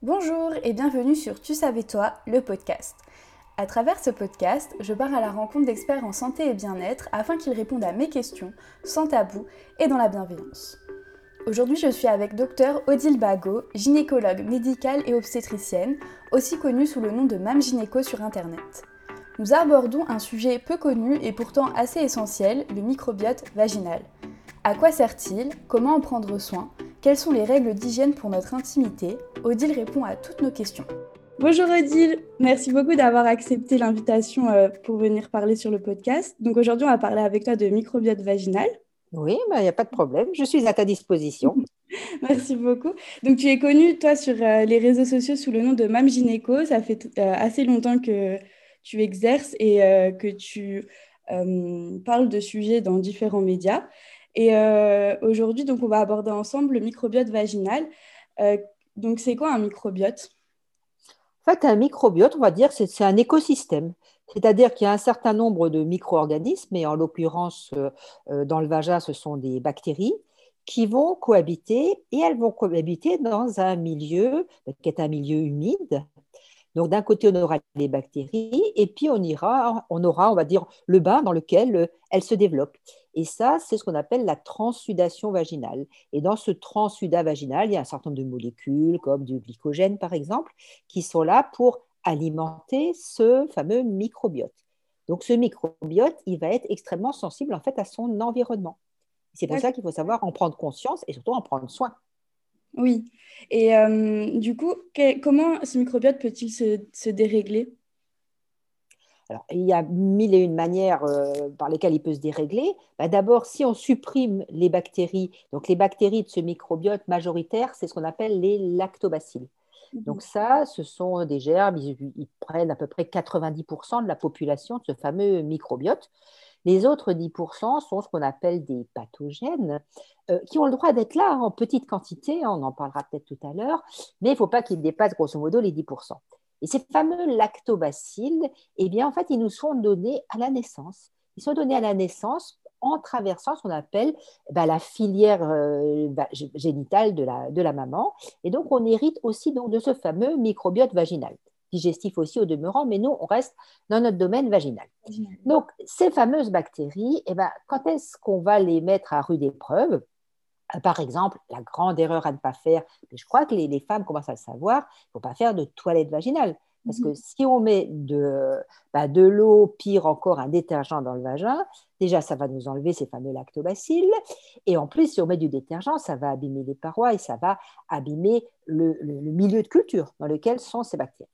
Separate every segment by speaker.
Speaker 1: Bonjour et bienvenue sur Tu savais toi, le podcast. À travers ce podcast, je pars à la rencontre d'experts en santé et bien-être afin qu'ils répondent à mes questions, sans tabou et dans la bienveillance. Aujourd'hui, je suis avec Dr Odile Bagot, gynécologue médicale et obstétricienne, aussi connue sous le nom de Mam Gynéco sur Internet. Nous abordons un sujet peu connu et pourtant assez essentiel, le microbiote vaginal. À quoi sert-il? Comment en prendre soin? Quelles sont les règles d'hygiène pour notre intimité? Odile répond à toutes nos questions. Bonjour Odile, merci beaucoup d'avoir accepté l'invitation pour venir parler sur le podcast. Donc aujourd'hui, on va parler avec toi de microbiote vaginal.
Speaker 2: Oui, il n'y a pas de problème. Je suis à ta disposition.
Speaker 1: Merci beaucoup. Donc tu es connue, toi, sur les réseaux sociaux sous le nom de Mam Gynéco. Ça fait assez longtemps que tu exerces et que tu parles de sujets dans différents médias. Et aujourd'hui, donc, on va aborder ensemble le microbiote vaginal. Euh, donc, c'est quoi un microbiote?
Speaker 2: En fait, un microbiote, on va dire, c'est un écosystème. C'est-à-dire qu'il y a un certain nombre de micro-organismes, et en l'occurrence, dans le vagin, ce sont des bactéries qui vont cohabiter, et elles vont cohabiter dans un milieu qui est un milieu humide. Donc, d'un côté, on aura les bactéries, et puis on aura, on va dire, le bain dans lequel elles se développent. Et ça, c'est ce qu'on appelle la transsudation vaginale. Et dans ce transsudat vaginal, il y a un certain nombre de molécules, comme du glycogène, par exemple, qui sont là pour alimenter ce fameux microbiote. Donc, ce microbiote, il va être extrêmement sensible, en fait, à son environnement. C'est pour ça
Speaker 1: D'accord.
Speaker 2: qu'il faut savoir en prendre conscience et surtout en prendre soin.
Speaker 1: Oui. Et du coup, comment ce microbiote peut-il se dérégler?
Speaker 2: Alors, il y a mille et une manières par lesquelles il peut se dérégler. Bah, d'abord, si on supprime les bactéries, donc les bactéries de ce microbiote majoritaire, c'est ce qu'on appelle les lactobacilles. Donc
Speaker 1: Mhm.
Speaker 2: ça, ce sont des germes, ils prennent à peu près 90% de la population de ce fameux microbiote. Les autres 10% sont ce qu'on appelle des pathogènes qui ont le droit d'être là en petite quantité, on en parlera peut-être tout à l'heure, mais il ne faut pas qu'ils dépassent grosso modo les 10%. Et ces fameux lactobacilles, eh bien, en fait, ils nous sont donnés à la naissance. Ils sont donnés à la naissance en traversant ce qu'on appelle la filière génitale de la maman. Et donc, on hérite aussi donc, de ce fameux microbiote vaginal, digestif aussi au demeurant, mais nous, on reste dans notre domaine vaginal. Donc, ces fameuses bactéries, eh ben, quand est-ce qu'on va les mettre à rude épreuve? Par exemple, la grande erreur à ne pas faire, mais je crois que les femmes commencent à le savoir, il ne faut pas faire de toilette vaginale. Parce que
Speaker 1: Mhm.
Speaker 2: si on met de l'eau, pire encore un détergent dans le vagin, déjà ça va nous enlever ces fameux lactobacilles. Et en plus, si on met du détergent, ça va abîmer les parois et ça va abîmer le milieu de culture dans lequel sont ces bactéries.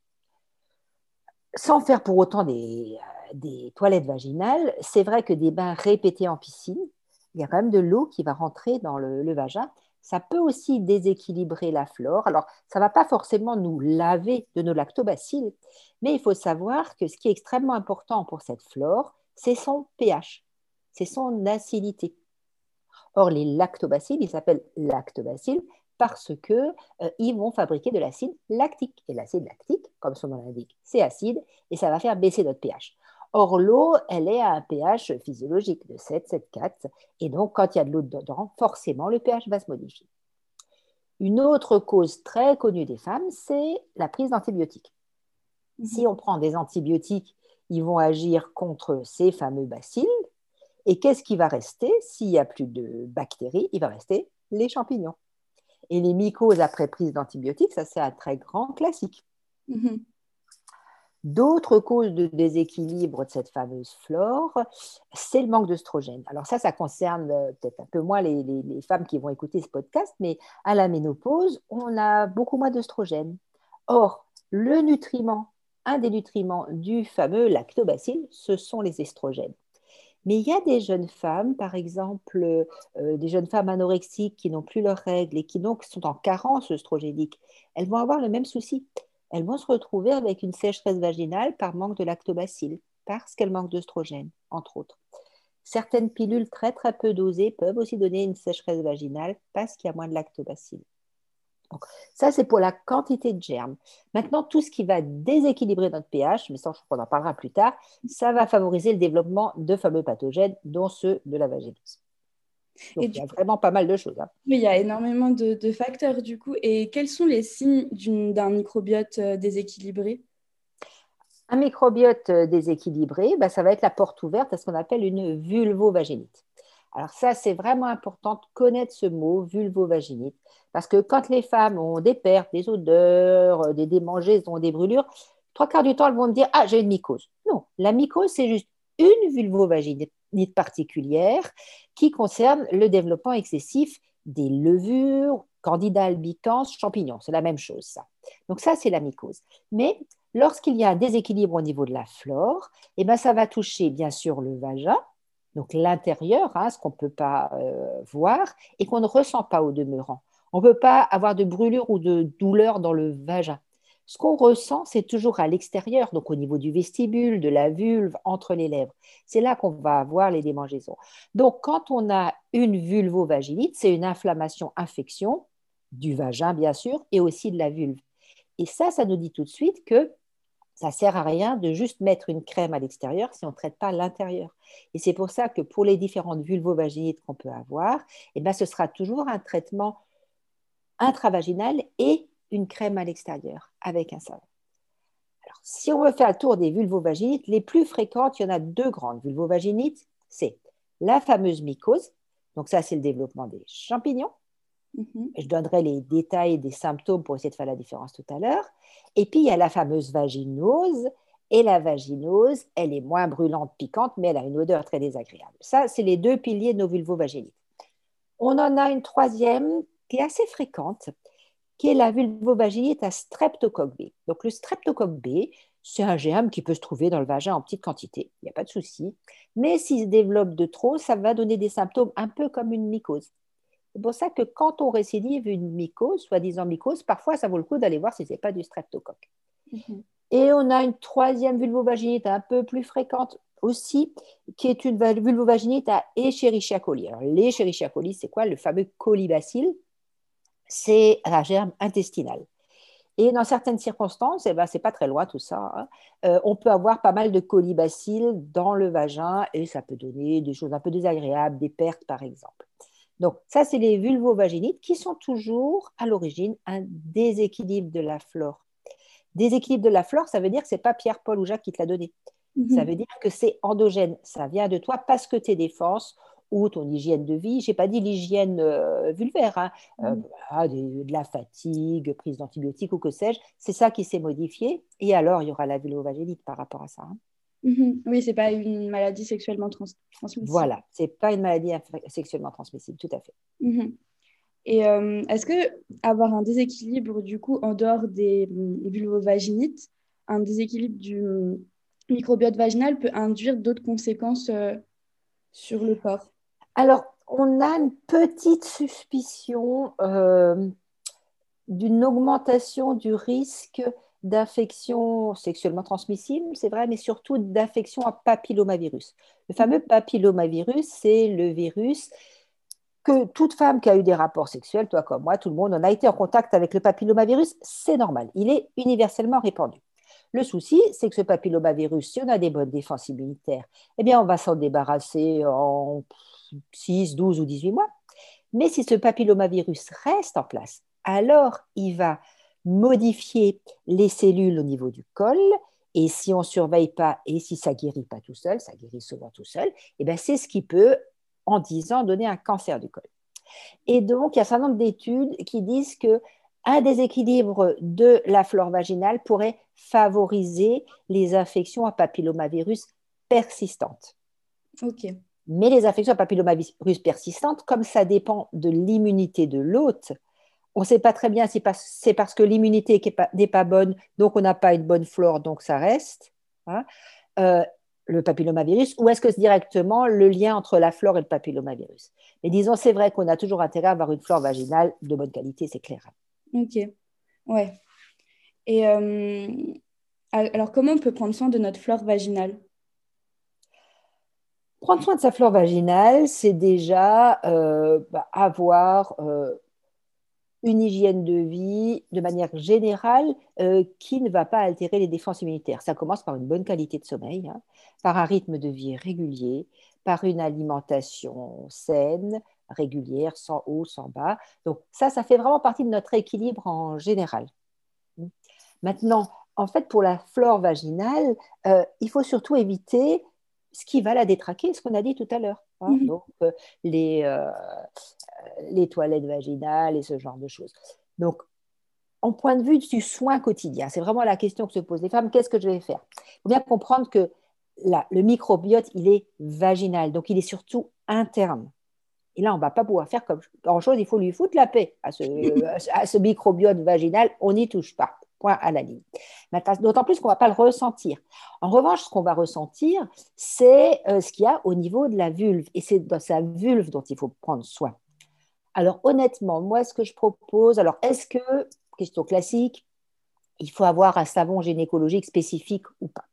Speaker 2: Sans faire pour autant des toilettes vaginales, c'est vrai que des bains répétés en piscine, il y a quand même de l'eau qui va rentrer dans le vagin. Ça peut aussi déséquilibrer la flore. Alors, ça ne va pas forcément nous laver de nos lactobacilles, mais il faut savoir que ce qui est extrêmement important pour cette flore, c'est son pH, c'est son acidité. Or, les lactobacilles, ils s'appellent lactobacilles parce que ils vont fabriquer de l'acide lactique. Et l'acide lactique, comme son nom l'indique, c'est acide et ça va faire baisser notre pH. Or, l'eau, elle est à un pH physiologique de 7, 7,4. Et donc, quand il y a de l'eau dedans, forcément, le pH va se modifier. Une autre cause très connue des femmes, c'est la prise d'antibiotiques.
Speaker 1: Mhm.
Speaker 2: Si on prend des antibiotiques, ils vont agir contre ces fameux bacilles. Et qu'est-ce qui va rester? S'il n'y a plus de bactéries, il va rester les champignons. Et les mycoses après prise d'antibiotiques, ça c'est un très grand classique.
Speaker 1: Mhm.
Speaker 2: D'autres causes de déséquilibre de cette fameuse flore, c'est le manque d'œstrogène. Alors ça concerne peut-être un peu moins les femmes qui vont écouter ce podcast, mais à la ménopause, on a beaucoup moins d'œstrogène. Or, le nutriment, un des nutriments du fameux lactobacille, ce sont les estrogènes. Mais il y a des jeunes femmes, par exemple, des jeunes femmes anorexiques qui n'ont plus leurs règles et qui donc sont en carence œstrogénique. Elles vont avoir le même souci. Elles vont se retrouver avec une sécheresse vaginale par manque de lactobacilles, parce qu'elles manquent d'œstrogène, entre autres. Certaines pilules très très peu dosées peuvent aussi donner une sécheresse vaginale parce qu'il y a moins de lactobacilles. Donc, ça, c'est pour la quantité de germes. Maintenant, tout ce qui va déséquilibrer notre pH, mais ça, on en parlera plus tard, ça va favoriser le développement de fameux pathogènes, dont ceux de la vaginose.
Speaker 1: Et
Speaker 2: Donc, il y
Speaker 1: du
Speaker 2: a
Speaker 1: coup,
Speaker 2: vraiment pas mal de choses, hein.
Speaker 1: oui, il y a énormément de facteurs du coup. Et quels sont les signes d'un microbiote déséquilibré?
Speaker 2: Un microbiote déséquilibré, bah, ça va être la porte ouverte à ce qu'on appelle une vulvovaginite. Alors ça, c'est vraiment important de connaître ce mot, vulvovaginite, parce que quand les femmes ont des pertes, des odeurs, des démangeaisons, des brûlures, trois quarts du temps, elles vont me dire, ah, j'ai une mycose. Non, la mycose, c'est juste une vulvovaginite particulière qui concerne le développement excessif des levures, candida albicans, champignons. C'est la même chose, ça. Donc ça, c'est la mycose. Mais lorsqu'il y a un déséquilibre au niveau de la flore, eh ben, ça va toucher bien sûr le vagin, donc l'intérieur, hein, ce qu'on ne peut pas voir et qu'on ne ressent pas au demeurant. On ne peut pas avoir de brûlure ou de douleur dans le vagin. Ce qu'on ressent, c'est toujours à l'extérieur, donc au niveau du vestibule, de la vulve, entre les lèvres. C'est là qu'on va avoir les démangeaisons. Donc, quand on a une vulvovaginite, c'est une inflammation, infection du vagin, bien sûr, et aussi de la vulve. Et ça nous dit tout de suite que ça ne sert à rien de juste mettre une crème à l'extérieur si on ne traite pas l'intérieur. Et c'est pour ça que pour les différentes vulvovaginites qu'on peut avoir, eh ben, ce sera toujours un traitement intravaginal et une crème à l'extérieur avec un savon. Alors, si on veut faire le tour des vulvovaginites, les plus fréquentes, il y en a deux grandes vulvovaginites. C'est la fameuse mycose, donc ça c'est le développement des champignons.
Speaker 1: Mhm.
Speaker 2: Je donnerai les détails des symptômes pour essayer de faire la différence tout à l'heure. Et puis, il y a la fameuse vaginose. Et la vaginose, elle est moins brûlante, piquante, mais elle a une odeur très désagréable. Ça, c'est les deux piliers de nos vulvovaginites. On en a une troisième qui est assez fréquente, qui est la vulvovaginite à streptocoque B. Donc, le streptocoque B, c'est un germe qui peut se trouver dans le vagin en petite quantité. Il n'y a pas de souci. Mais s'il se développe de trop, ça va donner des symptômes un peu comme une mycose. C'est pour ça que quand on récidive une mycose, soi-disant mycose, parfois ça vaut le coup d'aller voir si ce n'est pas du streptocoque.
Speaker 1: Mhm.
Speaker 2: Et on a une troisième vulvovaginite un peu plus fréquente aussi, qui est une vulvovaginite à Escherichia coli. Alors, l'Escherichia coli, c'est quoi? Le fameux colibacille, c'est un germe intestinal. Et dans certaines circonstances, eh ben, ce n'est pas très loin tout ça, hein, on peut avoir pas mal de colibacilles dans le vagin et ça peut donner des choses un peu désagréables, des pertes par exemple. Donc, ça, c'est les vulvovaginites qui sont toujours à l'origine un déséquilibre de la flore. Déséquilibre de la flore, ça veut dire que ce n'est pas Pierre, Paul ou Jacques qui te l'a donné. Ça
Speaker 1: Mhm.
Speaker 2: veut dire que c'est endogène. Ça vient de toi parce que tes défenses ou ton hygiène de vie, je n'ai pas dit l'hygiène vulvaire, hein,
Speaker 1: Mhm.
Speaker 2: de la fatigue, prise d'antibiotiques ou que sais-je, c'est ça qui s'est modifié. Et alors, il y aura la vulvovaginite par rapport à ça, hein.
Speaker 1: Mhm. Oui, c'est pas une maladie sexuellement transmissible.
Speaker 2: Voilà, ce n'est pas une maladie sexuellement transmissible, tout à fait.
Speaker 1: Mhm. Et est-ce que avoir un déséquilibre du coup en dehors des vulvovaginites, un déséquilibre du microbiote vaginal peut induire d'autres conséquences sur le corps?
Speaker 2: Alors, on a une petite suspicion d'une augmentation du risque d'infection sexuellement transmissible, c'est vrai, mais surtout d'infection à papillomavirus. Le fameux papillomavirus, c'est le virus que toute femme qui a eu des rapports sexuels, toi comme moi, tout le monde, on a été en contact avec le papillomavirus, c'est normal, il est universellement répandu. Le souci, c'est que ce papillomavirus, si on a des bonnes défenses immunitaires, eh bien, on va s'en débarrasser en 6, 12 ou 18 mois. Mais si ce papillomavirus reste en place, alors il va modifier les cellules au niveau du col. Et si on ne surveille pas et si ça ne guérit pas tout seul, ça guérit souvent tout seul, et bien c'est ce qui peut, en 10 ans, donner un cancer du col. Et donc, il y a un certain nombre d'études qui disent qu'un déséquilibre de la flore vaginale pourrait favoriser les infections à papillomavirus persistantes.
Speaker 1: Ok.
Speaker 2: Mais les infections à papillomavirus persistantes, comme ça dépend de l'immunité de l'hôte, on ne sait pas très bien si c'est parce que l'immunité n'est pas bonne, donc on n'a pas une bonne flore, donc ça reste, hein, euh, le papillomavirus, ou est-ce que c'est directement le lien entre la flore et le papillomavirus? Mais disons, c'est vrai qu'on a toujours intérêt à avoir une flore vaginale de bonne qualité, c'est clair.
Speaker 1: Ok. Ouais. Et alors, comment on peut prendre soin de notre flore vaginale?
Speaker 2: Prendre soin de sa flore vaginale, c'est déjà avoir une hygiène de vie de manière générale qui ne va pas altérer les défenses immunitaires. Ça commence par une bonne qualité de sommeil, hein, par un rythme de vie régulier, par une alimentation saine, régulière, sans haut, sans bas. Donc ça fait vraiment partie de notre équilibre en général. Maintenant, en fait, pour la flore vaginale, il faut surtout éviter ce qui va la détraquer, ce qu'on a dit tout à l'heure. Donc, les, les toilettes vaginales et ce genre de choses. Donc, en point de vue du soin quotidien, c'est vraiment la question que se posent les femmes, qu'est-ce que je vais faire? Il faut bien comprendre que le microbiote, il est vaginal, donc il est surtout interne. Et là, on ne va pas pouvoir faire comme grand-chose, il faut lui foutre la paix à ce microbiote vaginal, on n'y touche pas, point à la ligne. D'autant plus qu'on ne va pas le ressentir. En revanche, ce qu'on va ressentir, c'est ce qu'il y a au niveau de la vulve, et c'est dans sa vulve dont il faut prendre soin. Alors honnêtement, moi, ce que je propose, alors est-ce que, question classique, il faut avoir un savon gynécologique spécifique ou pas?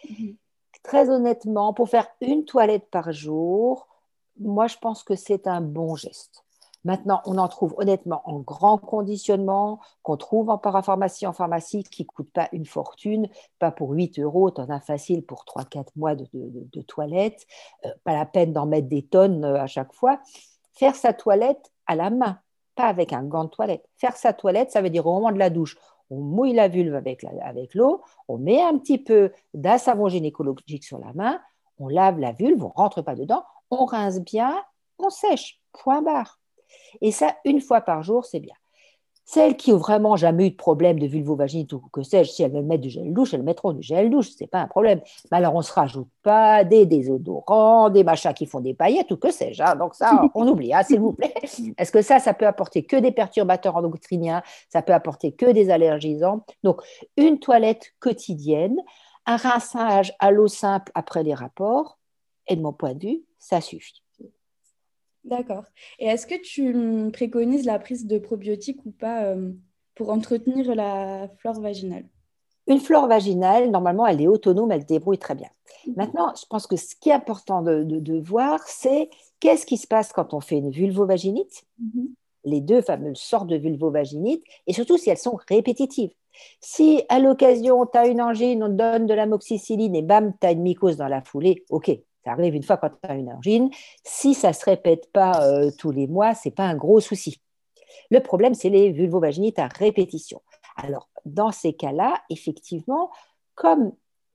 Speaker 2: Très honnêtement, pour faire une toilette par jour, moi, je pense que c'est un bon geste. Maintenant, on en trouve honnêtement en grand conditionnement, qu'on trouve en parapharmacie, en pharmacie, qui ne coûte pas une fortune, pas pour 8 euros, tu en as facile pour 3-4 mois de toilette, pas la peine d'en mettre des tonnes à chaque fois. Faire sa toilette à la main, pas avec un gant de toilette. Faire sa toilette, ça veut dire au moment de la douche, on mouille la vulve avec l'eau, on met un petit peu d'un savon gynécologique sur la main, on lave la vulve, on ne rentre pas dedans, on rince bien, on sèche, point barre. Et ça, une fois par jour, c'est bien. Celles qui n'ont vraiment jamais eu de problème de vulvovaginite ou que sais-je, si elles veulent mettre du gel douche, elles mettront du gel douche, ce n'est pas un problème. Mais alors, on ne se rajoute pas des désodorants, des machins qui font des paillettes ou que sais-je. Donc ça, on oublie, s'il vous plaît. Est-ce que ça peut apporter que des perturbateurs endocriniens, ça peut apporter que des allergisants. Donc, une toilette quotidienne, un rinçage à l'eau simple après les rapports, et de mon point de vue, ça suffit.
Speaker 1: D'accord. Et est-ce que tu préconises la prise de probiotiques ou pas pour entretenir la flore vaginale?
Speaker 2: Une flore vaginale, normalement, elle est autonome, elle se débrouille très bien. Maintenant, je pense que ce qui est important de voir, c'est qu'est-ce qui se passe quand on fait une vulvovaginite, les deux fameuses sortes de vulvovaginite, et surtout si elles sont répétitives. Si à l'occasion, tu as une angine, on te donne de l'amoxicilline et bam, tu as une mycose dans la foulée, ok, ça arrive une fois quand tu as une angine. Si ça ne se répète pas tous les mois, ce n'est pas un gros souci. Le problème, c'est les vulvovaginites à répétition. Alors, dans ces cas-là, effectivement, comme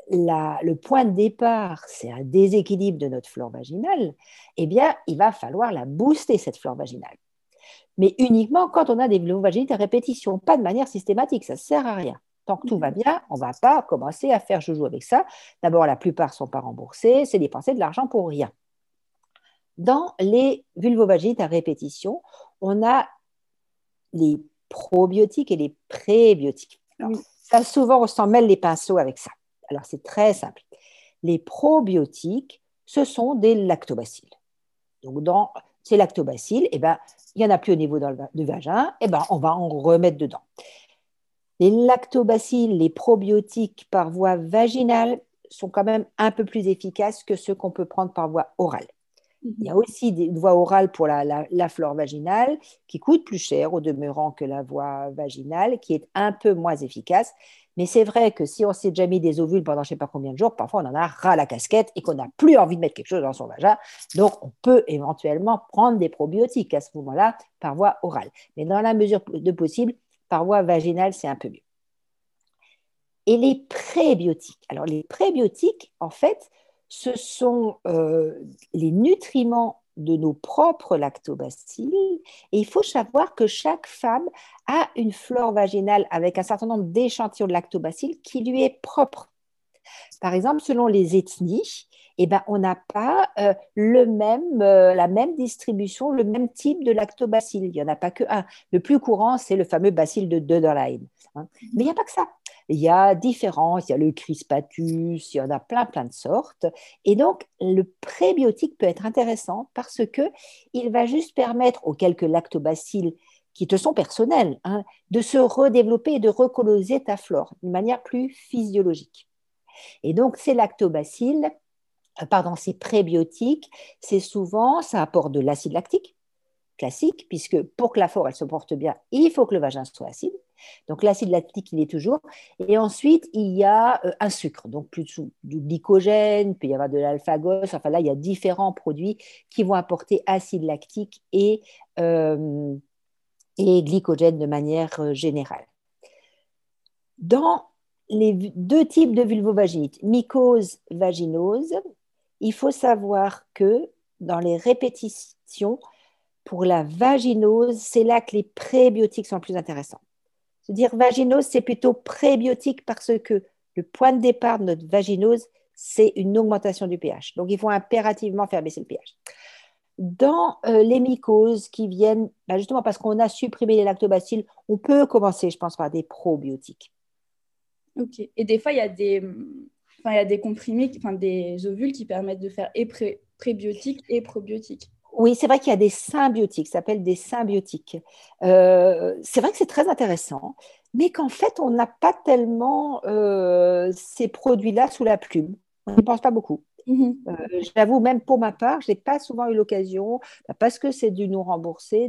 Speaker 2: le point de départ, c'est un déséquilibre de notre flore vaginale, eh bien, il va falloir la booster, cette flore vaginale. Mais uniquement quand on a des vulvovaginites à répétition, pas de manière systématique, ça ne sert à rien. Tant que tout va bien, on ne va pas commencer à faire joujou avec ça. D'abord, la plupart ne sont pas remboursés, c'est dépenser de l'argent pour rien. Dans les vulvovaginites à répétition, on a les probiotiques et les prébiotiques. Alors, ça, souvent, on s'en mêle les pinceaux avec ça. Alors, c'est très simple. Les probiotiques, ce sont des lactobacilles. Donc, dans ces lactobacilles, il n'y en a plus au niveau du vagin, on va en remettre dedans. Les lactobacilles, les probiotiques par voie vaginale sont quand même un peu plus efficaces que ceux qu'on peut prendre par voie orale. Il y a aussi une voie orale pour la flore vaginale qui coûte plus cher au demeurant que la voie vaginale, qui est un peu moins efficace. Mais c'est vrai que si on s'est déjà mis des ovules pendant je ne sais pas combien de jours, parfois on en a ras la casquette et qu'on n'a plus envie de mettre quelque chose dans son vagin. Donc, on peut éventuellement prendre des probiotiques à ce moment-là par voie orale. Mais dans la mesure de possible, par voie vaginale, c'est un peu mieux. Et les prébiotiques. Alors, les prébiotiques, en fait, ce sont les nutriments de nos propres lactobacilles. Et il faut savoir que chaque femme a une flore vaginale avec un certain nombre d'échantillons de lactobacilles qui lui est propre. Par exemple, selon les ethnies, on n'a pas la même distribution, le même type de lactobacille. Il n'y en a pas qu'un. Le plus courant, c'est le fameux bacille de Döderlein. Mais il n'y a pas que ça. Il y a différents, il y a le crispatus, il y en a plein de sortes. Et donc, le prébiotique peut être intéressant parce qu'il va juste permettre aux quelques lactobacilles qui te sont personnels de se redévelopper et de recoloniser ta flore d'une manière plus physiologique. Et donc, ces ces prébiotiques, ça apporte de l'acide lactique, classique, puisque pour que la flore elle se porte bien, il faut que le vagin soit acide. Donc l'acide lactique, il est toujours. Et ensuite, il y a un sucre, donc plutôt du glycogène, puis il y avoir de l'alpha-gos. Enfin là, il y a différents produits qui vont apporter acide lactique et glycogène de manière générale. Dans les deux types de vulvovaginite, mycose, vaginose, il faut savoir que dans les répétitions, pour la vaginose, c'est là que les prébiotiques sont le plus intéressants. Se dire vaginose, c'est plutôt prébiotique parce que le point de départ de notre vaginose, c'est une augmentation du pH. Donc, il faut impérativement faire baisser le pH. Dans les mycoses qui viennent, justement parce qu'on a supprimé les lactobacilles, on peut commencer, je pense, par des probiotiques.
Speaker 1: Ok. Et des fois, il y a des comprimés, enfin, des ovules qui permettent de faire et prébiotiques et probiotiques.
Speaker 2: Oui, c'est vrai qu'il y a des symbiotiques, ça s'appelle des symbiotiques. C'est vrai que c'est très intéressant, mais qu'en fait, on n'a pas tellement ces produits-là sous la plume. On n'y pense pas beaucoup. J'avoue, même pour ma part, je n'ai pas souvent eu l'occasion, parce que c'est dû nous rembourser,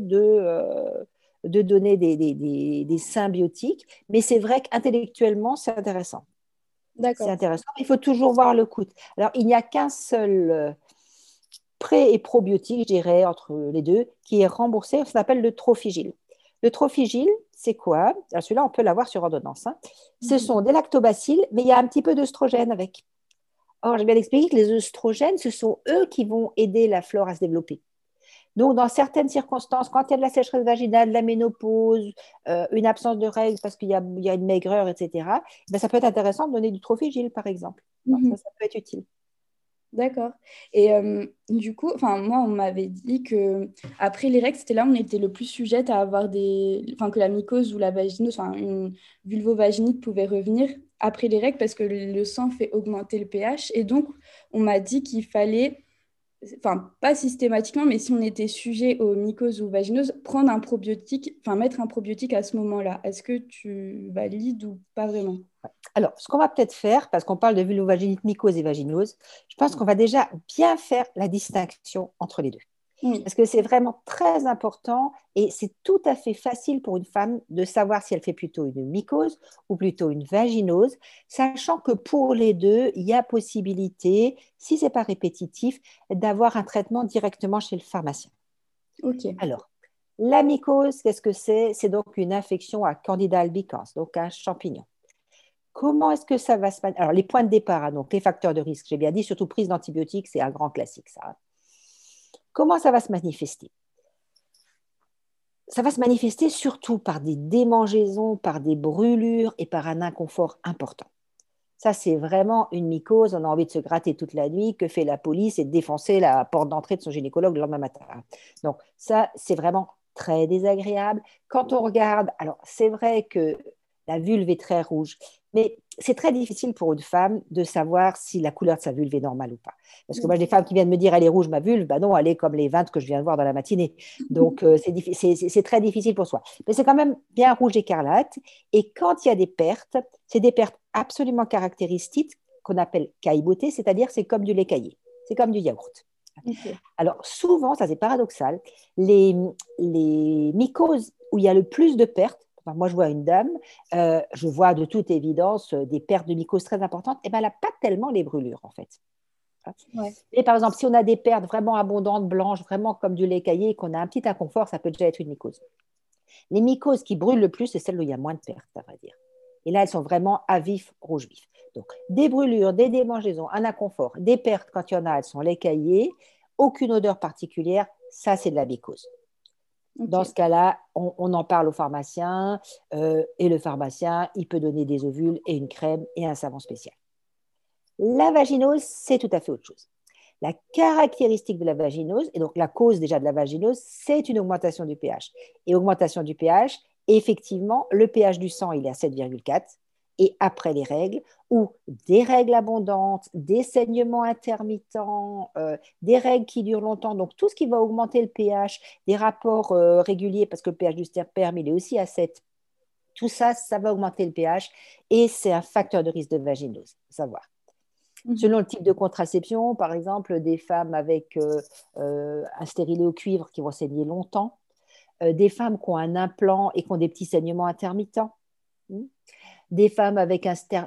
Speaker 2: de donner des symbiotiques. Mais c'est vrai qu'intellectuellement, c'est intéressant. C'est
Speaker 1: D'accord.
Speaker 2: intéressant. Il faut toujours voir le coût. Alors, il n'y a qu'un seul pré- et probiotique, je dirais, entre les deux, qui est remboursé. Ça s'appelle le Trophigil. Le Trophigil, c'est quoi? Alors, celui-là, on peut l'avoir sur ordonnance. Hein. Ce sont des lactobacilles, mais il y a un petit peu d'œstrogène avec. Or, je viens d'expliquer que les œstrogènes, ce sont eux qui vont aider la flore à se développer. Donc, dans certaines circonstances, quand il y a de la sécheresse vaginale, de la ménopause, une absence de règles parce qu'il y a une maigreur, etc., ben, ça peut être intéressant de donner du Trophigil, par exemple. Ça peut être utile.
Speaker 1: D'accord. Et du coup, enfin moi, on m'avait dit que après les règles, c'était là où on était le plus sujette à avoir enfin que la mycose ou la vaginose, enfin une vulvovaginite pouvait revenir après les règles parce que le sang fait augmenter le pH. Et donc, on m'a dit qu'il fallait, enfin pas systématiquement, mais si on était sujet aux mycoses ou vaginoses, prendre un probiotique, enfin mettre un probiotique à ce moment-là. Est-ce que tu valides ou pas vraiment?
Speaker 2: Alors, ce qu'on va peut-être faire, parce qu'on parle de vulvovaginite, mycose et vaginose, je pense qu'on va déjà bien faire la distinction entre les deux.
Speaker 1: Oui.
Speaker 2: Parce que c'est vraiment très important et c'est tout à fait facile pour une femme de savoir si elle fait plutôt une mycose ou plutôt une vaginose, sachant que pour les deux, il y a possibilité, si ce n'est pas répétitif, d'avoir un traitement directement chez le pharmacien.
Speaker 1: Ok.
Speaker 2: Alors, la mycose, qu'est-ce que c'est? C'est donc une infection à Candida albicans, donc un champignon. Comment est-ce que ça va se passer? Alors, les points de départ, hein, donc les facteurs de risque, j'ai bien dit, surtout prise d'antibiotiques, c'est un grand classique, ça. Comment ça va se manifester? Ça va se manifester surtout par des démangeaisons, par des brûlures et par un inconfort important. Ça, c'est vraiment une mycose. On a envie de se gratter toute la nuit. Que fait la police? Et de défoncer la porte d'entrée de son gynécologue le lendemain matin. Donc, ça, c'est vraiment très désagréable. Quand on regarde, alors c'est vrai que la vulve est très rouge, mais c'est très difficile pour une femme de savoir si la couleur de sa vulve est normale ou pas. Parce que moi, j'ai des femmes qui viennent me dire, elle est rouge, ma vulve. Ben non, elle est comme les 20 que je viens de voir dans la matinée. Donc, c'est très difficile pour soi. Mais c'est quand même bien rouge écarlate. Et quand il y a des pertes, c'est des pertes absolument caractéristiques qu'on appelle cailleboté, c'est-à-dire c'est comme du lait caillé, c'est comme du yaourt.
Speaker 1: Ok.
Speaker 2: Alors souvent, ça c'est paradoxal, les mycoses où il y a le plus de pertes, enfin, moi je vois une dame, je vois de toute évidence des pertes de mycoses très importantes, et ben, elle n'a pas tellement les brûlures en fait.
Speaker 1: Ouais.
Speaker 2: Et par exemple, si on a des pertes vraiment abondantes, blanches, vraiment comme du lait caillé, qu'on a un petit inconfort, ça peut déjà être une mycose. Les mycoses qui brûlent le plus, c'est celles où il y a moins de pertes, à vrai dire. Et là, elles sont vraiment à vif, rouge vif. Donc, des brûlures, des démangeaisons, un inconfort, des pertes quand il y en a, elles sont lait caillé, aucune odeur particulière, ça, c'est de la mycose. Dans
Speaker 1: Ok.
Speaker 2: ce cas-là, on en parle au pharmacien et le pharmacien, il peut donner des ovules et une crème et un savon spécial. La vaginose, c'est tout à fait autre chose. La caractéristique de la vaginose, et donc la cause déjà de la vaginose, c'est une augmentation du pH. Et augmentation du pH, effectivement, le pH du sang, il est à 7,4. Et après les règles, ou des règles abondantes, des saignements intermittents, des règles qui durent longtemps, donc tout ce qui va augmenter le pH, des rapports réguliers, parce que le pH du sperme, il est aussi à 7. Tout ça, ça va augmenter le pH et c'est un facteur de risque de vaginose, faut savoir. Selon le type de contraception, par exemple, des femmes avec un stérilet au cuivre qui vont saigner longtemps, des femmes qui ont un implant et qui ont des petits saignements intermittents, des femmes avec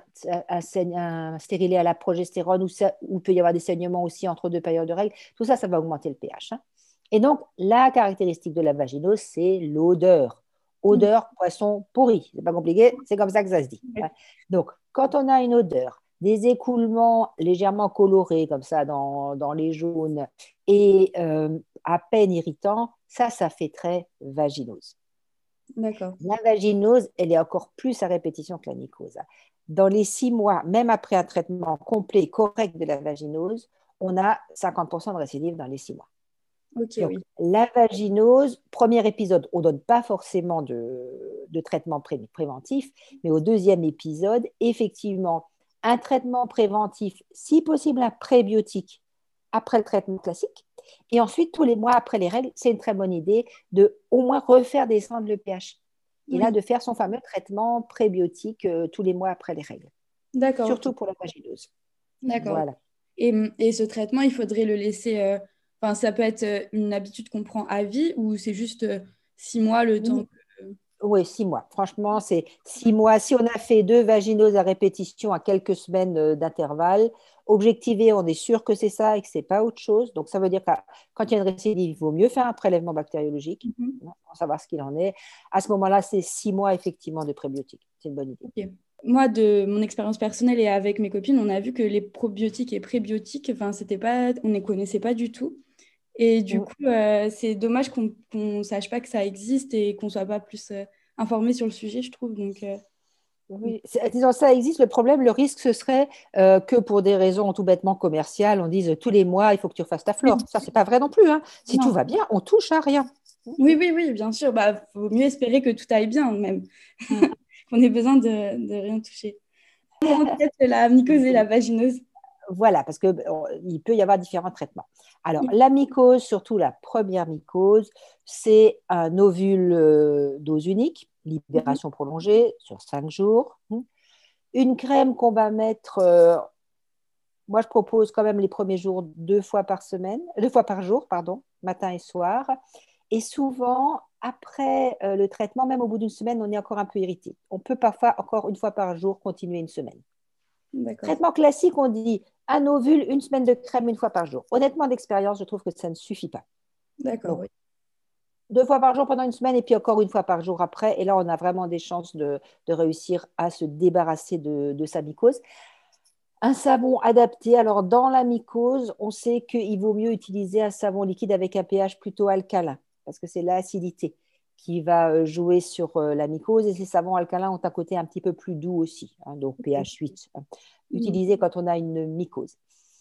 Speaker 2: un stérilet à la progestérone où il peut y avoir des saignements aussi entre deux périodes de règles. Tout ça, ça va augmenter le pH. Et donc, la caractéristique de la vaginose, c'est l'odeur. Odeur poisson pourri. C'est pas compliqué, c'est comme ça que ça se dit. Donc, quand on a une odeur, des écoulements légèrement colorés comme ça dans les jaunes et à peine irritants, ça fait très vaginose.
Speaker 1: D'accord.
Speaker 2: La vaginose, elle est encore plus à répétition que la mycose. Dans les 6 mois, même après un traitement complet, correct de la vaginose, on a 50% de récidive dans les 6 mois.
Speaker 1: Ok,
Speaker 2: Donc,
Speaker 1: oui.
Speaker 2: la vaginose, premier épisode, on ne donne pas forcément de traitement préventif, mais au deuxième épisode, effectivement, un traitement préventif, si possible un prébiotique après le traitement classique. Et ensuite, tous les mois après les règles, c'est une très bonne idée de au moins refaire descendre le pH. Et là, de faire son fameux traitement prébiotique tous les mois après les règles.
Speaker 1: D'accord.
Speaker 2: Surtout pour la vaginose.
Speaker 1: D'accord.
Speaker 2: Voilà.
Speaker 1: Et ce traitement, il faudrait le laisser. Enfin, ça peut être une habitude qu'on prend à vie ou c'est juste 6 mois le temps.
Speaker 2: Oui, 6 mois. Franchement, c'est 6 mois. Si on a fait 2 vaginoses à répétition à quelques semaines d'intervalle, objectivé, on est sûr que c'est ça et que ce n'est pas autre chose. Donc, ça veut dire que quand il y a une récidive, il vaut mieux faire un prélèvement bactériologique pour savoir ce qu'il en est. À ce moment-là, c'est 6 mois effectivement de prébiotiques. C'est une bonne idée.
Speaker 1: Okay. Moi, de mon expérience personnelle et avec mes copines, on a vu que les probiotiques et prébiotiques, enfin, on ne les connaissait pas du tout. Et du coup, c'est dommage qu'on ne sache pas que ça existe et qu'on ne soit pas plus informé sur le sujet, je trouve. Donc,
Speaker 2: oui, disons, ça existe. Le problème, le risque, ce serait que pour des raisons tout bêtement commerciales, on dise tous les mois, il faut que tu refasses ta flore. Ça, c'est pas vrai non plus. Si tout va bien, on touche à rien.
Speaker 1: Oui, oui, oui, bien sûr. Bah, faut mieux espérer que tout aille bien, même. Qu'on ait besoin de rien toucher. Comment traite la mycose et la vaginose?
Speaker 2: Voilà, parce qu'il peut y avoir différents traitements. Alors, la mycose, surtout la première mycose, c'est un ovule dose unique, libération prolongée sur 5 jours. Une crème qu'on va mettre, moi je propose quand même les premiers jours 2 fois par jour, pardon, matin et soir. Et souvent, après le traitement, même au bout d'une semaine, on est encore un peu irrité. On peut parfois encore 1 fois par jour continuer une semaine. Traitement classique, on dit un ovule, 1 semaine de crème 1 fois par jour. Honnêtement, d'expérience, je trouve que ça ne suffit pas.
Speaker 1: D'accord, oui.
Speaker 2: 2 fois par jour pendant 1 semaine et puis encore 1 fois par jour après. Et là, on a vraiment des chances de réussir à se débarrasser de sa mycose. Un savon adapté. Alors, dans la mycose, on sait qu'il vaut mieux utiliser un savon liquide avec un pH plutôt alcalin parce que c'est l'acidité qui va jouer sur la mycose. Et ces savons alcalins ont un côté un petit peu plus doux aussi, donc pH 8, utilisé quand on a une mycose.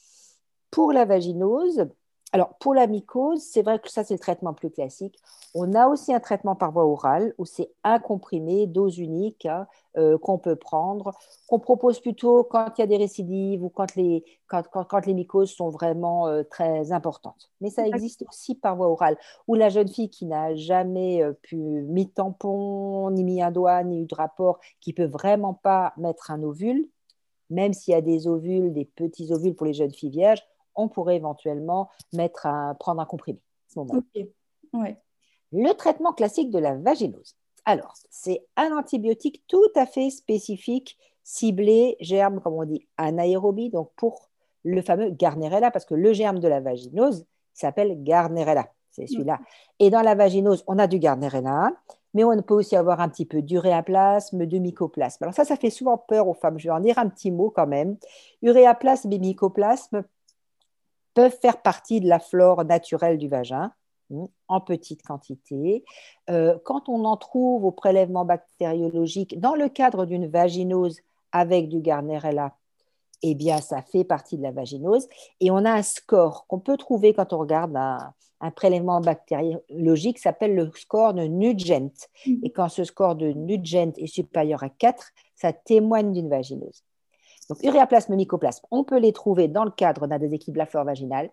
Speaker 2: Pour la vaginose, alors pour la mycose, c'est vrai que ça, c'est le traitement plus classique. On a aussi un traitement par voie orale où c'est un comprimé, dose unique, qu'on peut prendre, qu'on propose plutôt quand il y a des récidives ou quand les mycoses sont vraiment très importantes. Mais ça existe aussi par voie orale, où la jeune fille qui n'a jamais mis de tampon, ni mis un doigt, ni eu de rapport, qui ne peut vraiment pas mettre un ovule, même s'il y a des ovules, des petits ovules pour les jeunes filles vierges, on pourrait éventuellement prendre un comprimé à ce moment-là.
Speaker 1: Okay. Ouais.
Speaker 2: Le traitement classique de la vaginose. Alors, c'est un antibiotique tout à fait spécifique, ciblé, germe, comme on dit, anaérobie, donc pour le fameux Gardnerella, parce que le germe de la vaginose s'appelle Gardnerella, c'est celui-là. Et dans la vaginose, on a du Gardnerella, mais on peut aussi avoir un petit peu d'uréaplasme, de mycoplasme. Alors ça fait souvent peur aux femmes. Je vais en dire un petit mot quand même. Uréaplasme et mycoplasme peuvent faire partie de la flore naturelle du vagin en petite quantité. Quand on en trouve au prélèvement bactériologique dans le cadre d'une vaginose avec du Gardnerella, eh bien, ça fait partie de la vaginose. Et on a un score qu'on peut trouver quand on regarde un prélèvement bactériologique, ça s'appelle le score de Nugent. Et quand ce score de Nugent est supérieur à 4, ça témoigne d'une vaginose. Donc, uréaplasme, mycoplasme, on peut les trouver dans le cadre d'un déséquilibre de la flore vaginale,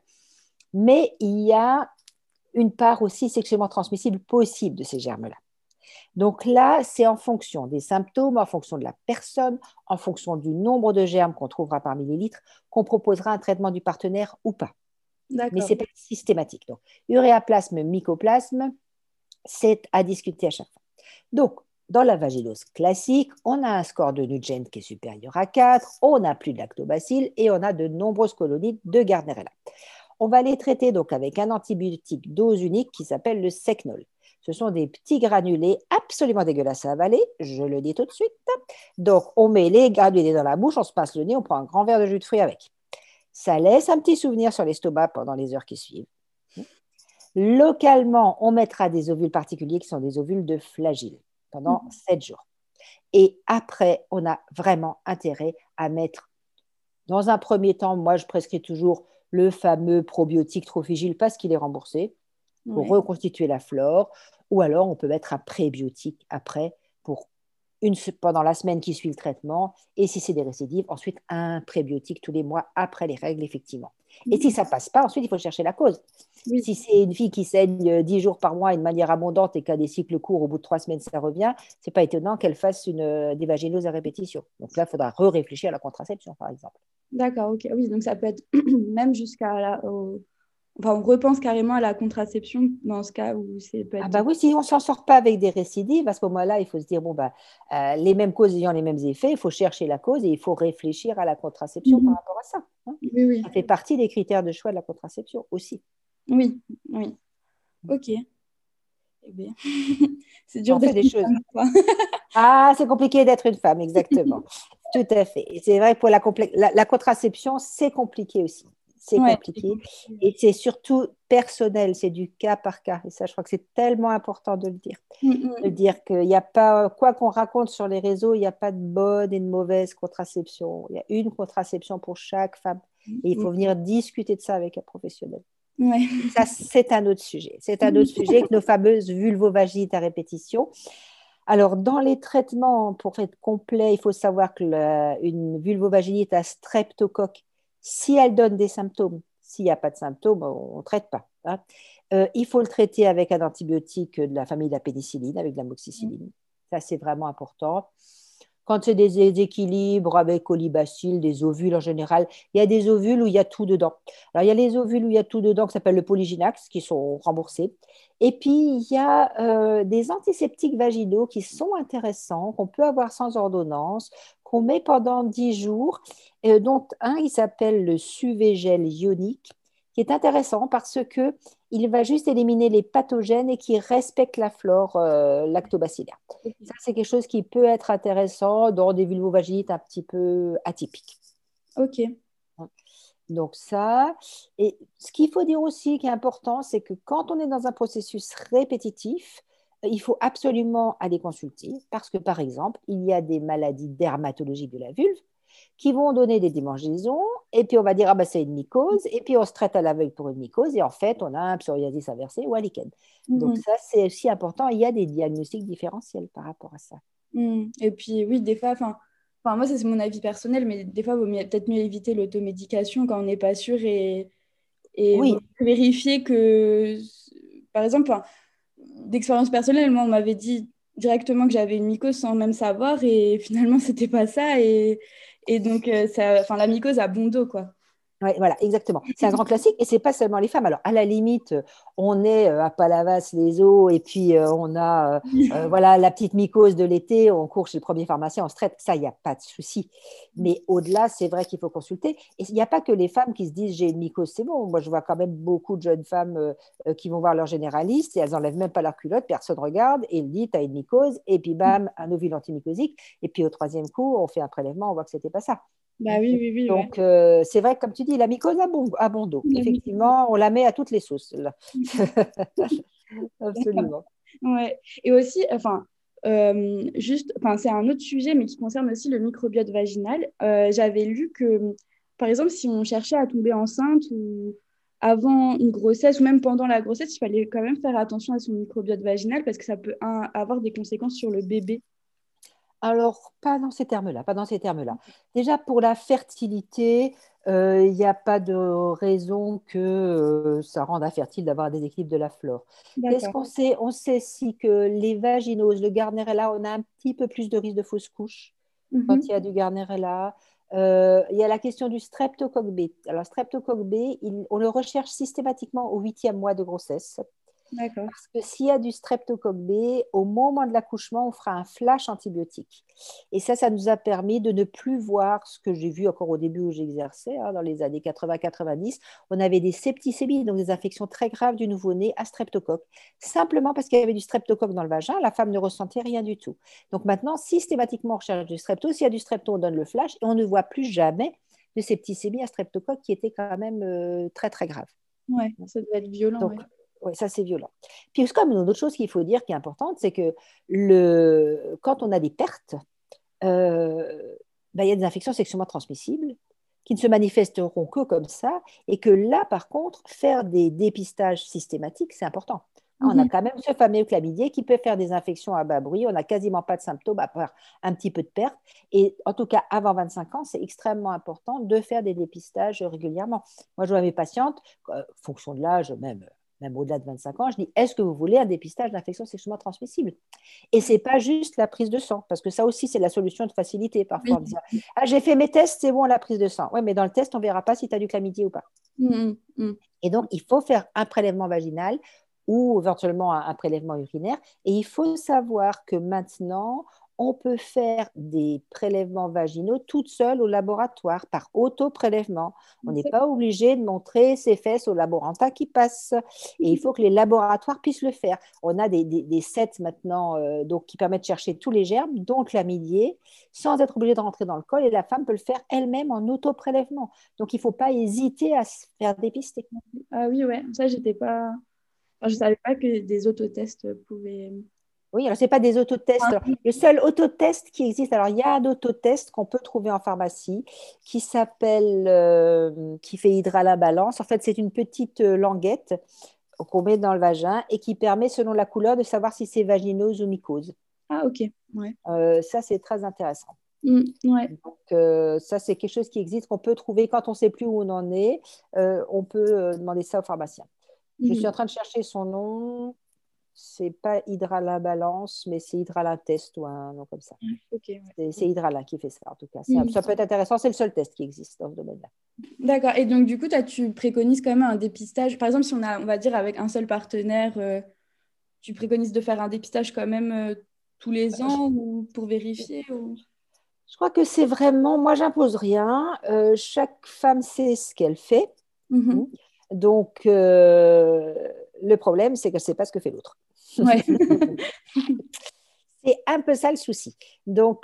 Speaker 2: mais il y a une part aussi sexuellement transmissible possible de ces germes-là. Donc là, c'est en fonction des symptômes, en fonction de la personne, en fonction du nombre de germes qu'on trouvera par millilitre, qu'on proposera un traitement du partenaire ou pas. Mais ce n'est pas systématique. Donc, uréaplasme, mycoplasme, C'est à discuter à chaque fois. Donc, dans la vaginose classique, on a un score de Nugent qui est supérieur à 4, on n'a plus de lactobacilles et on a de nombreuses colonies de Gardnerella. On va les traiter donc avec un antibiotique dose unique qui s'appelle le Secnol. Ce sont des petits granulés absolument dégueulasses à avaler, je le dis tout de suite. Donc, on met les granulés dans la bouche, on se passe le nez, on prend un grand verre de jus de fruits avec. Ça laisse un petit souvenir sur l'estomac pendant les heures qui suivent. Localement, on mettra des ovules particuliers qui sont des ovules de flagelle pendant 7 jours. Et après, on a vraiment intérêt à mettre, dans un premier temps, moi je prescris toujours le fameux probiotique Trophigile parce qu'il est remboursé pour reconstituer la flore, ou alors on peut mettre un prébiotique après pour pendant la semaine qui suit le traitement, et si c'est des récidives, ensuite un prébiotique tous les mois après les règles, effectivement. Et si ça ne passe pas, ensuite il faut chercher la cause.
Speaker 1: Oui.
Speaker 2: Si c'est une fille qui saigne 10 jours par mois de manière abondante et qui a des cycles courts, au bout de 3 semaines ça revient, ce n'est pas étonnant qu'elle fasse des vaginoses à répétition. Donc là, il faudra réfléchir à la contraception, par exemple.
Speaker 1: D'accord, ok. Oui, donc ça peut être même jusqu'à Enfin, on repense carrément à la contraception dans ce cas où c'est peut
Speaker 2: Ah
Speaker 1: être...
Speaker 2: bah oui, si on ne s'en sort pas avec des récidives, à ce moment-là, il faut se dire, bon, les mêmes causes ayant les mêmes effets, il faut chercher la cause et il faut réfléchir à la contraception par rapport à ça. Hein.
Speaker 1: Oui, oui.
Speaker 2: Ça fait partie des critères de choix de la contraception aussi.
Speaker 1: Oui, oui. Ok. Eh bien, c'est dur
Speaker 2: On fait
Speaker 1: d'être
Speaker 2: des
Speaker 1: une
Speaker 2: choses.
Speaker 1: femme, quoi.
Speaker 2: Ah, c'est compliqué d'être une femme, exactement. Tout à fait. Et c'est vrai que pour la contraception, c'est compliqué aussi. C'est
Speaker 1: Ouais.
Speaker 2: compliqué. Et c'est surtout personnel, c'est du cas par cas. Et ça, je crois que c'est tellement important de le dire. De
Speaker 1: Mm,
Speaker 2: dire qu'il n'y a pas, quoi qu'on raconte sur les réseaux, il n'y a pas de bonne et de mauvaise contraception. Il y a une contraception pour chaque femme. Et il
Speaker 1: mm.
Speaker 2: faut venir discuter de ça avec un professionnel.
Speaker 1: Ouais.
Speaker 2: Ça, c'est un autre sujet. C'est un autre sujet que nos fameuses vulvovagites à répétition. Alors, dans les traitements, pour être complet, il faut savoir qu'une vulvovaginite à streptocoque, si elle donne des symptômes, s'il n'y a pas de symptômes, on ne traite pas. Hein. Il faut le traiter avec un antibiotique de la famille de la pénicilline, avec de l'amoxicilline. Ça, c'est vraiment important. Quand c'est des équilibres avec colibacille, des ovules en général, il y a des ovules où il y a tout dedans. Alors, il y a les ovules où il y a tout dedans qui s'appellent le polyginax, qui sont remboursés. Et puis, il y a des antiseptiques vaginaux qui sont intéressants, qu'on peut avoir sans ordonnance, qu'on met pendant 10 jours, dont un, il s'appelle le Suvégel ionique, qui est intéressant parce que il va juste éliminer les pathogènes et qui respecte la flore lactobacilliaire. Ça, c'est quelque chose qui peut être intéressant dans des vulvovaginites un petit peu atypiques.
Speaker 1: Ok.
Speaker 2: Donc ça, et ce qu'il faut dire aussi qui est important, c'est que quand on est dans un processus répétitif, il faut absolument aller consulter parce que, par exemple, il y a des maladies dermatologiques de la vulve qui vont donner des démangeaisons et puis on va dire, ah ben c'est une mycose et puis on se traite à l'aveugle pour une mycose et en fait, on a un psoriasis inversé ou un lichen. Donc
Speaker 1: Mhm.
Speaker 2: ça, c'est aussi important. Il y a des diagnostics différentiels par rapport à ça.
Speaker 1: Et puis, oui, des fois, moi, ça, c'est mon avis personnel, mais des fois, il vaut peut-être mieux éviter l'automédication quand on n'est pas sûr et vaut
Speaker 2: Oui,
Speaker 1: mieux vérifier que, par exemple, d'expérience personnelle, moi, on m'avait dit directement que j'avais une mycose sans même savoir et finalement, c'était pas ça. Et donc, la mycose a bon dos, quoi.
Speaker 2: ouais, voilà, exactement. C'est un grand classique et c'est pas seulement les femmes. Alors, à la limite, on est à Palavas-les-Eaux et puis on a voilà, la petite mycose de l'été, on court chez le premier pharmacien, on se traite. Ça, il n'y a pas de souci. Mais au-delà, c'est vrai qu'il faut consulter. Et il n'y a pas que les femmes qui se disent j'ai une mycose, c'est bon. Moi, je vois quand même beaucoup de jeunes femmes qui vont voir leur généraliste et elles n'enlèvent même pas leur culotte, personne ne regarde et il dit tu as une mycose et puis bam, un ovule antimycosique. Et puis au troisième coup, on fait un prélèvement, on voit que ce n'était pas ça.
Speaker 1: Bah oui, oui, oui, ouais.
Speaker 2: Donc, c'est vrai que, comme tu dis, la mycose a bon dos.
Speaker 1: La mycose.
Speaker 2: Effectivement, on la met à toutes les sauces. Là.
Speaker 1: D'accord.
Speaker 2: Absolument.
Speaker 1: Ouais. Et aussi, juste, c'est un autre sujet, mais qui concerne aussi le microbiote vaginal. J'avais lu que, par exemple, si on cherchait à tomber enceinte ou avant une grossesse ou même pendant la grossesse, il fallait quand même faire attention à son microbiote vaginal parce que ça peut avoir des conséquences sur le bébé.
Speaker 2: Alors, pas dans ces termes-là, pas dans ces termes-là. Déjà, pour la fertilité, il n'y a pas de raison que ça rende infertile d'avoir des équilibres de la flore. Qu'est-ce
Speaker 1: D'accord.
Speaker 2: qu'on sait? On sait si que les vaginoses, le Gardnerella, on a un petit peu plus de risque de fausse couche quand il
Speaker 1: Mhm.
Speaker 2: y a du Gardnerella. Il y a la question du streptocoque B. Alors, streptocoque B, on le recherche systématiquement au 8e mois de grossesse.
Speaker 1: D'accord.
Speaker 2: Parce que s'il y a du streptocoque B, au moment de l'accouchement, on fera un flash antibiotique. Et ça nous a permis de ne plus voir ce que j'ai vu encore au début où j'exerçais, dans les années 80-90. On avait des septicémies, donc des infections très graves du nouveau-né à streptocoque. Simplement parce qu'il y avait du streptocoque dans le vagin, la femme ne ressentait rien du tout. Donc maintenant, systématiquement, on recherche du strepto. S'il y a du strepto, on donne le flash et on ne voit plus jamais de septicémie à streptocoque qui était quand même très, très grave.
Speaker 1: Ouais, ça doit être violent.
Speaker 2: Donc,
Speaker 1: Ouais.
Speaker 2: oui, ça c'est violent. Puis, comme une autre chose qu'il faut dire qui est importante, c'est que quand on a des pertes, il y a des infections sexuellement transmissibles qui ne se manifesteront que comme ça, et que là, par contre, faire des dépistages systématiques, c'est important. On a quand même ce fameux chlamydier qui peut faire des infections à bas bruit, on n'a quasiment pas de symptômes, à part un petit peu de perte. Et en tout cas, avant 25 ans, c'est extrêmement important de faire des dépistages régulièrement. Moi, je vois mes patientes, fonction de l'âge, même au-delà de 25 ans, je dis, est-ce que vous voulez un dépistage d'infection sexuellement transmissible? Et ce n'est pas juste la prise de sang, parce que ça aussi, c'est la solution de facilité parfois.
Speaker 1: Oui.
Speaker 2: J'ai fait mes tests, c'est bon, la prise de sang. Oui, mais dans le test, on ne verra pas si tu as du chlamydia ou pas. Et donc, il faut faire un prélèvement vaginal ou éventuellement un prélèvement urinaire. Et il faut savoir que maintenant, on peut faire des prélèvements vaginaux toute seule au laboratoire par auto-prélèvement. On n'est pas obligé de montrer ses fesses au laborantin qui passe. Et il faut que les laboratoires puissent le faire. On a des sets maintenant donc, qui permettent de chercher tous les germes, dont chlamydia, sans être obligé de rentrer dans le col. Et la femme peut le faire elle-même en auto-prélèvement. Donc, il ne faut pas hésiter à se faire dépister.
Speaker 1: Ah oui, ouais, ça, j'étais pas. Enfin, je savais pas que des autotests pouvaient.
Speaker 2: Oui, alors ce n'est pas des autotests. Alors, le seul autotest qui existe, alors il y a un autotest qu'on peut trouver en pharmacie qui s'appelle, qui fait hydralabalance. En fait, c'est une petite languette qu'on met dans le vagin et qui permet, selon la couleur, de savoir si c'est vaginose ou mycose.
Speaker 1: Ah, ok. Ouais.
Speaker 2: Ça, c'est très intéressant.
Speaker 1: Ouais.
Speaker 2: Donc, ça, c'est quelque chose qui existe, qu'on peut trouver quand on ne sait plus où on en est. On peut demander ça au pharmacien. Je suis en train de chercher son nom. C'est pas Hydralabalance, mais c'est Hydralatest ou un nom comme ça.
Speaker 1: Okay, ouais.
Speaker 2: C'est Hydrala qui fait ça, en tout cas. Ça peut être intéressant. C'est le seul test qui existe dans ce domaine-là.
Speaker 1: D'accord. Et donc, du coup, tu préconises quand même un dépistage. Par exemple, si on va dire, avec un seul partenaire, tu préconises de faire un dépistage quand même tous les ans ou pour vérifier ou...
Speaker 2: Je crois que c'est vraiment... Moi, j'impose rien. Chaque femme sait ce qu'elle fait. Donc, le problème, c'est qu'elle ne sait pas ce que fait l'autre.
Speaker 1: Ouais.
Speaker 2: C'est un peu ça le souci. Donc,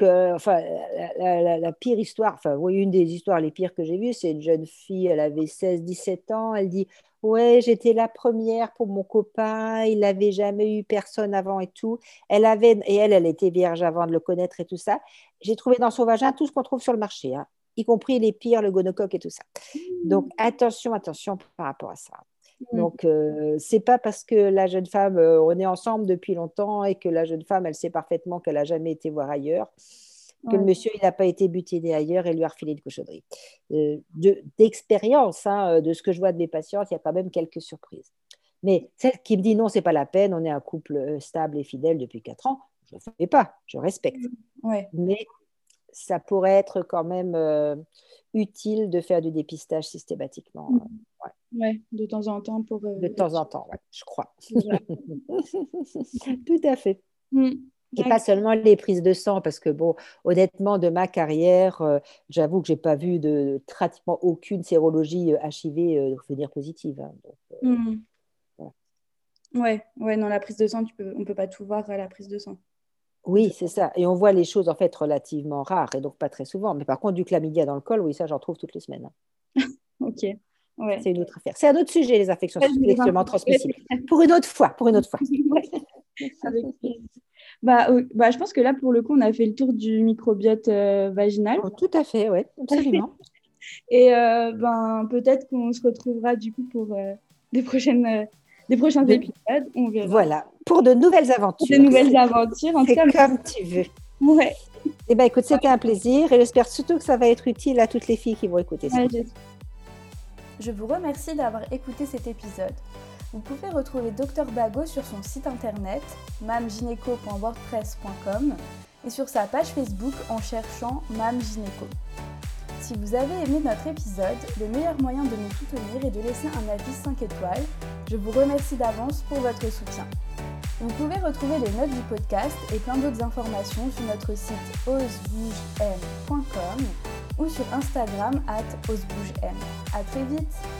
Speaker 2: la pire histoire, une des histoires les pires que j'ai vues, c'est une jeune fille, elle avait 16-17 ans, elle dit « Ouais, j'étais la première pour mon copain, il n'avait jamais eu personne avant et tout. » Elle était vierge avant de le connaître et tout ça. J'ai trouvé dans son vagin tout ce qu'on trouve sur le marché, y compris les pires, le gonocoque et tout ça. Donc, attention par rapport à ça. Donc, c'est pas parce que la jeune femme, on est ensemble depuis longtemps et que la jeune femme, elle sait parfaitement qu'elle n'a jamais été voir ailleurs, que le monsieur, il n'a pas été butiné ailleurs et lui a refilé une cochonnerie. D'expérience, de ce que je vois de mes patientes, il y a quand même quelques surprises. Mais celle qui me dit non, c'est pas la peine, on est un couple stable et fidèle depuis 4 ans, je ne le fais pas, je respecte.
Speaker 1: Ouais.
Speaker 2: Mais ça pourrait être quand même utile de faire du dépistage systématiquement.
Speaker 1: Ouais, de temps en temps pour...
Speaker 2: De temps en temps, ouais, je crois. Tout à fait. Et pas seulement les prises de sang, parce que, bon, honnêtement, de ma carrière, j'avoue que je n'ai pas vu pratiquement aucune sérologie HIV devenir positive. Donc,
Speaker 1: voilà. Ouais, non, la prise de sang, on ne peut pas tout voir à la prise de sang.
Speaker 2: Oui, c'est ça. Et on voit les choses, en fait, relativement rares, et donc pas très souvent. Mais par contre, du chlamydia dans le col, oui, ça, j'en trouve toutes les semaines.
Speaker 1: Ok. Ouais.
Speaker 2: C'est une autre affaire. C'est un autre sujet, les infections sexuellement transmissibles. Pour une autre fois.
Speaker 1: Avec plaisir. Je pense que là, pour le coup, on a fait le tour du microbiote vaginal.
Speaker 2: Oh, tout à fait, oui, absolument.
Speaker 1: Et peut-être qu'on se retrouvera du coup pour des prochains épisodes. On verra.
Speaker 2: Voilà, pour de nouvelles aventures.
Speaker 1: Des nouvelles aventures. En tout cas,
Speaker 2: comme tu veux.
Speaker 1: Ouais.
Speaker 2: Eh bien, écoute, c'était un plaisir et j'espère surtout que ça va être utile à toutes les filles qui vont écouter ça.
Speaker 1: Je vous remercie d'avoir écouté cet épisode. Vous pouvez retrouver Dr Bago sur son site internet mamgynéco.wordpress.com et sur sa page Facebook en cherchant Mam Gynéco. Si vous avez aimé notre épisode, le meilleur moyen de nous soutenir est de laisser un avis 5 étoiles Je vous remercie d'avance pour votre soutien. Vous pouvez retrouver les notes du podcast et plein d'autres informations sur notre site osebougem.com ou sur Instagram @osebougem. À très vite!